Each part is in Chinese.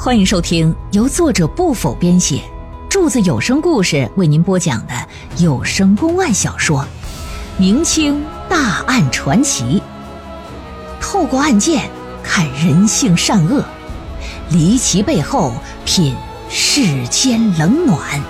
欢迎收听由作者不否编写，柱子有声故事为您播讲的有声公案小说《明清大案传奇》，透过案件看人性善恶，离奇背后品世间冷暖。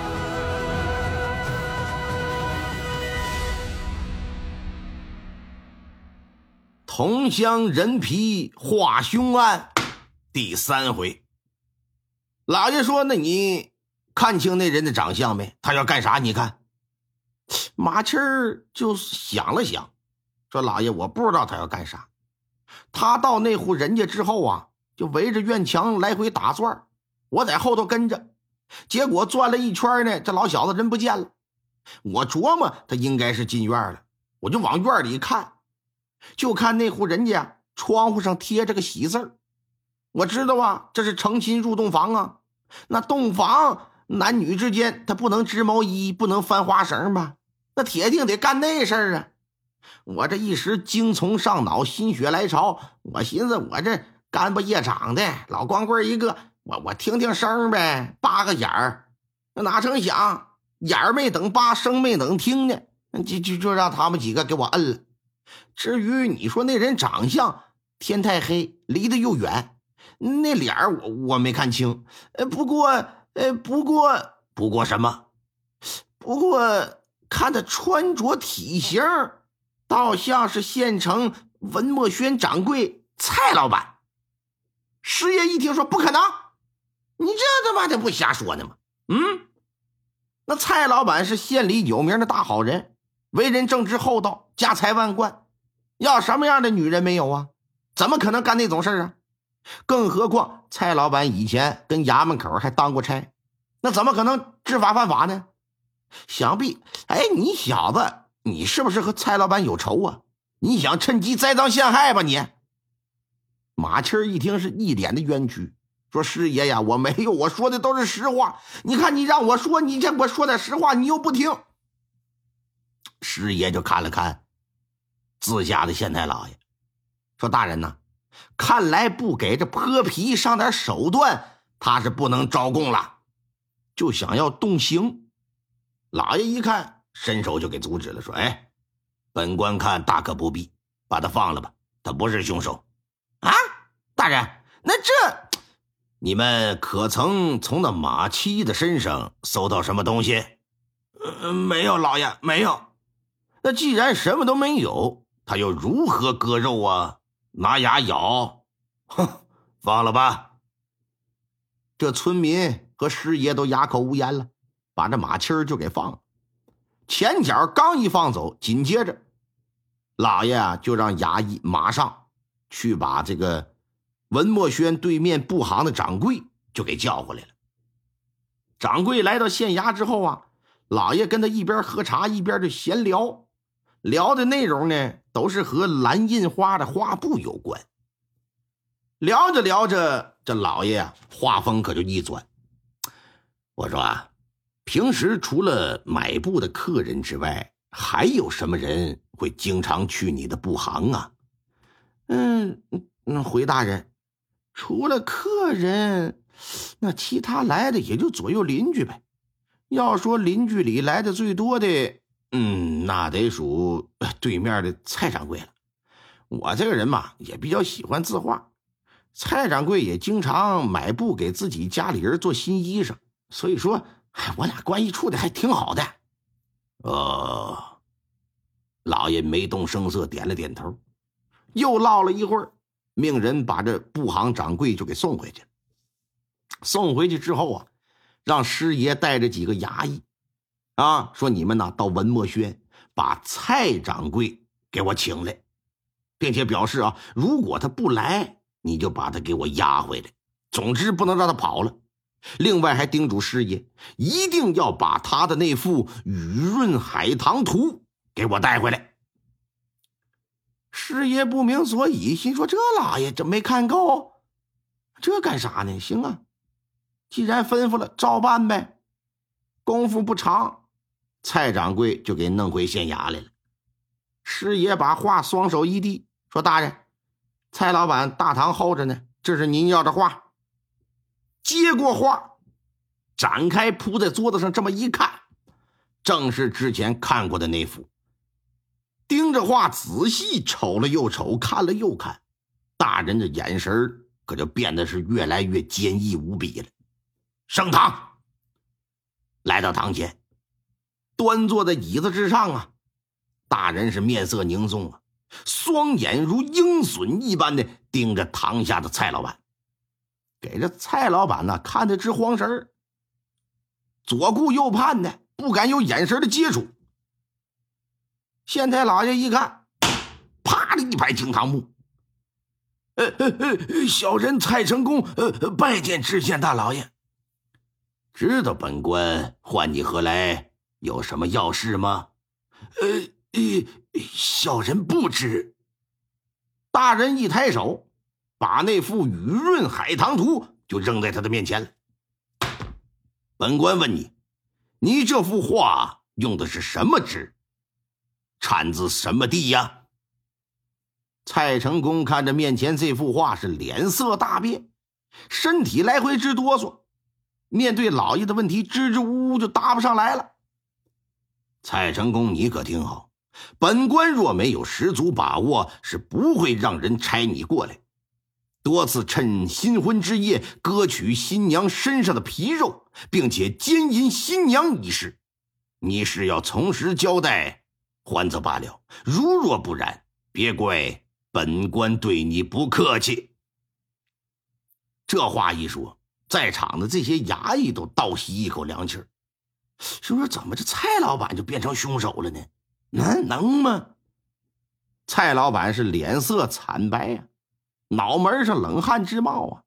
同乡人皮化凶案第3回。老爷说，那你看清那人的长相没？他要干啥？你看。马七儿就想了想，说老爷，我不知道他要干啥。他到那户人家之后啊，就围着院墙来回打转，我在后头跟着，结果转了一圈呢，这老小子人不见了。我琢磨他应该是进院了，我就往院里看，就看那户人家窗户上贴着个喜字儿。我知道啊，这是成亲入洞房啊。那洞房男女之间他不能织毛衣，不能翻花绳吧，那铁定得干那事儿啊。我这一时精虫上脑，心血来潮，我寻思我这干巴夜长的老光棍一个，我听听声呗，扒个眼儿。哪成想眼儿没等扒，声没等听呢，就让他们几个给我摁了。至于你说那人长相，天太黑，离得又远，那脸儿我没看清。不过什么？不过看他穿着体型，倒像是县城文墨轩掌柜蔡老板。师爷一听说不可能，你这他妈的不瞎说呢吗？那蔡老板是县里有名的大好人，为人正直厚道，家财万贯，要什么样的女人没有啊？怎么可能干那种事啊？更何况蔡老板以前跟衙门口还当过差，那怎么可能知法犯法呢？想必你小子，你是不是和蔡老板有仇啊？你想趁机栽赃陷害吧你？马七儿一听是一脸的冤屈，说师爷呀，我没有，我说的都是实话。你看你让我说，你这我说点实话你又不听。师爷就看了看自家的县太老爷，说大人呐，看来不给这泼皮上点手段，他是不能招供了，就想要动刑。老爷一看，伸手就给阻止了，说本官看大可不必，把他放了吧，他不是凶手啊。大人，那这你们可曾从那马七的身上搜到什么东西？没有，老爷，没有。那既然什么都没有，他又如何割肉啊？拿牙咬？放了吧。这村民和师爷都哑口无言了，把这马七儿就给放了。前脚刚一放走，紧接着老爷啊就让衙役马上去把这个文墨轩对面布行的掌柜就给叫回来了。掌柜来到县衙之后啊，老爷跟他一边喝茶一边就闲聊，聊的内容呢都是和蓝印花的花布有关。聊着聊着，这老爷啊话锋可就一转，我说啊，平时除了买布的客人之外，还有什么人会经常去你的布行啊？回大人，除了客人，那其他来的也就左右邻居呗。要说邻居里来的最多的，那得数对面的蔡掌柜了。我这个人嘛，也比较喜欢字画，蔡掌柜也经常买布给自己家里人做新衣裳，所以说我俩关系处的还挺好的。老爷没动声色，点了点头。又唠了一会儿，命人把这布行掌柜就给送回去。送回去之后啊，让师爷带着几个衙役啊，说你们呢到文墨轩把蔡掌柜给我请来，并且表示啊，如果他不来，你就把他给我押回来，总之不能让他跑了。另外还叮嘱师爷一定要把他的那幅雨润海棠图给我带回来。师爷不明所以，心说这老爷这没看够，这干啥呢？行啊，既然吩咐了，照办呗。功夫不长，蔡掌柜就给弄回县衙来了。师爷把话双手一递，说大人，蔡老板大堂候着呢，这是您要的话。 接过画，展开铺在桌子上，这么一看，正是之前看过的那幅。盯着画仔细瞅了又瞅，看了又看，大人的眼神可就变得是越来越坚毅无比了。升堂，来到堂前，端坐在椅子之上啊，大人是面色凝重啊，双眼如鹰隼一般的盯着堂下的蔡老板，给这蔡老板呢看得直慌神，左顾右盼的，不敢有眼神的接触。县太老爷一看，啪的一拍惊堂木，小人蔡成功拜见知县大老爷。知道本官唤你何来，有什么要事吗？小人不知。大人一抬手，把那幅雨润海棠图就扔在他的面前了。本官问你，你这幅画用的是什么纸？产自什么地呀？蔡成功看着面前这幅画是脸色大变，身体来回直哆嗦，面对老爷的问题支支吾吾就答不上来了。蔡成功，你可听好，本官若没有十足把握，是不会让人差你过来。多次趁新婚之夜割取新娘身上的皮肉，并且奸淫新娘一事，你是要从实交代，还则罢了，如若不然，别怪本官对你不客气。这话一说，在场的这些衙役都倒吸一口凉气儿，说怎么这蔡老板就变成凶手了呢？能吗？蔡老板是脸色惨白呀，脑门上冷汗直冒啊。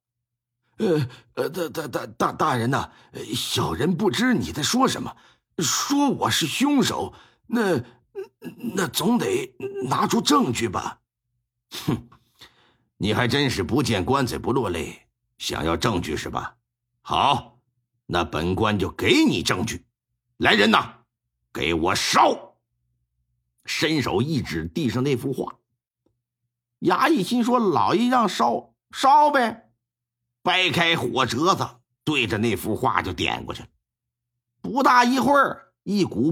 大人呐，小人不知你在说什么，说我是凶手，那总得拿出证据吧。哼，你还真是不见棺材不落泪，想要证据是吧？好，那本官就给你证据。来人呐，给我烧！伸手一指地上那幅画。衙役心说，老爷让烧，烧呗。掰开火折子，对着那幅画就点过去了。不大一会儿，一股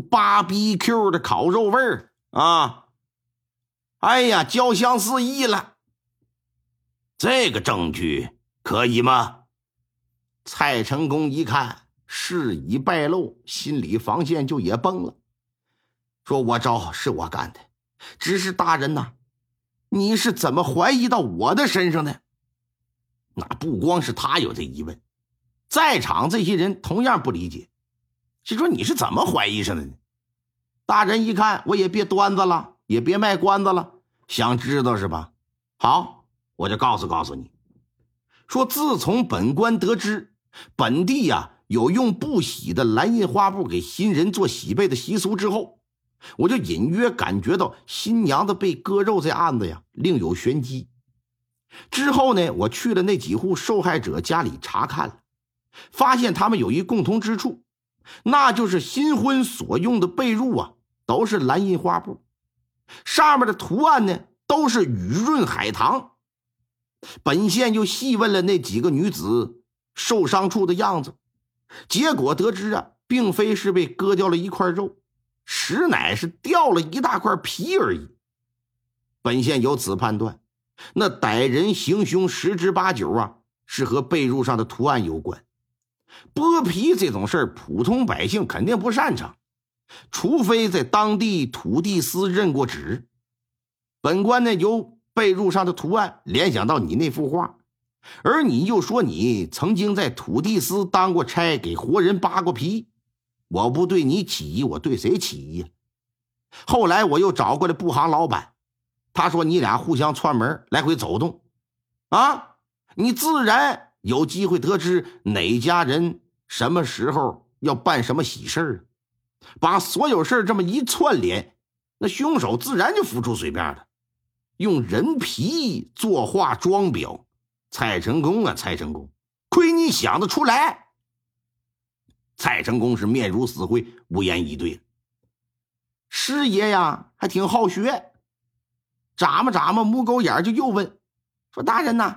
BBQ的烤肉味儿啊！哎呀，焦香四溢了。这个证据可以吗？蔡成功一看事已败露，心理防线就也崩了，说我招是我干的，只是大人呐，你是怎么怀疑到我的身上的？那不光是他有这疑问，在场这些人同样不理解，是说你是怎么怀疑上的呢？大人一看，我也别端子了，也别卖关子了，想知道是吧？好，我就告诉你，说自从本官得知本地有用不洗的蓝印花布给新人做喜被的习俗之后，我就隐约感觉到新娘子被割肉这案子另有玄机。之后呢，我去了那几户受害者家里查看了，发现他们有一共同之处，那就是新婚所用的被褥都是蓝印花布，上面的图案呢都是雨润海棠。本县就细问了那几个女子受伤处的样子，结果得知并非是被割掉了一块肉，实乃是掉了一大块皮而已。本县由此判断，那歹人行凶十之八九是和被褥上的图案有关。剥皮这种事儿，普通百姓肯定不擅长，除非在当地土地司认过纸。本官呢，由被褥上的图案联想到你那幅画，而你又说你曾经在土地司当过差，给活人扒过皮，我不对你起疑，我对谁起疑？后来我又找过来布行老板，他说你俩互相串门，来回走动你自然有机会得知哪家人什么时候要办什么喜事把所有事这么一串联，那凶手自然就浮出水面了。用人皮作画装裱，蔡成功蔡成功，亏你想得出来。蔡成功是面如死灰，无言以对。师爷还挺好学，眨巴眨巴木狗眼就又问说，大人呐，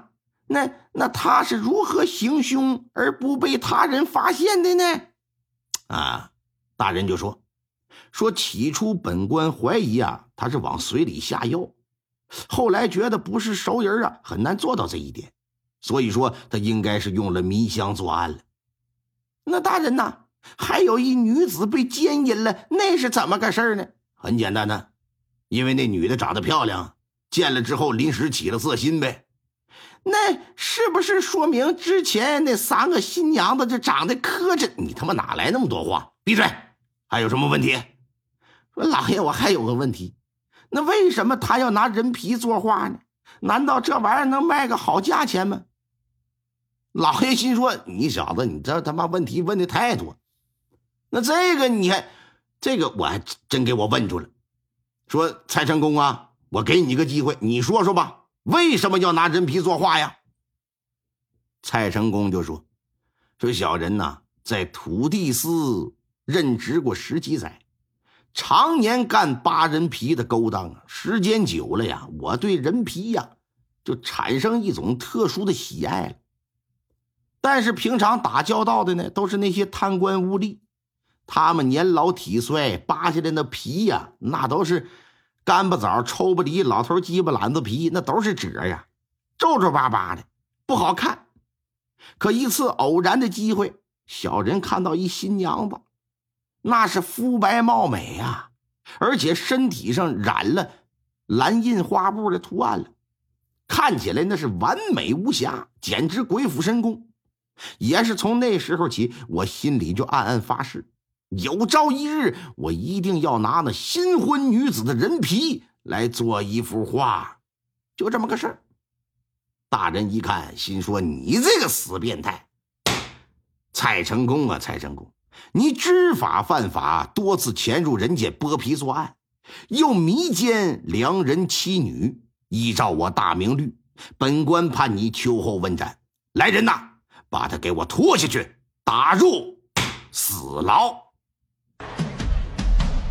那他是如何行凶而不被他人发现的呢？大人就说起初本官怀疑他是往水里下药，后来觉得不是熟人很难做到这一点，所以说他应该是用了迷香作案了。那大人呐，还有一女子被奸淫了，那是怎么个事呢？很简单呢，因为那女的长得漂亮，见了之后临时起了色心呗。那是不是说明之前那3个新娘子就长得磕碜？你他妈哪来那么多话？闭嘴！还有什么问题？说老爷，我还有个问题，那为什么他要拿人皮作画呢？难道这玩意儿能卖个好价钱吗？老爷心说，你小子你这他妈问题问的太多。那这个我还真给我问住了。说蔡成功我给你个机会，你说说吧，为什么要拿人皮作画呀？蔡成功就说小人在土地司任职过10几载，常年干扒人皮的勾当时间久了我对人皮就产生一种特殊的喜爱了。但是平常打交道的呢，都是那些贪官污吏，他们年老体衰，扒下来那皮那都是干巴枣、抽不离、老头鸡巴懒子皮，那都是褶皱皱巴巴的，不好看。可一次偶然的机会，小人看到一新娘子，那是肤白貌美而且身体上染了蓝印花布的图案了，看起来那是完美无瑕，简直鬼斧神工。也是从那时候起，我心里就暗暗发誓，有朝一日我一定要拿那新婚女子的人皮来做一幅画。就这么个事儿。大人一看，心说你这个死变态，蔡成功蔡成功，你知法犯法，多次潜入人家剥皮作案，又迷奸良人妻女，依照我大明律，本官判你秋后问斩。来人呐，把他给我拖下去，打入死牢。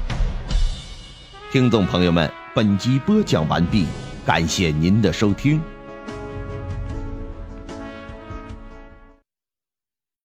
听众朋友们，本集播讲完毕，感谢您的收听。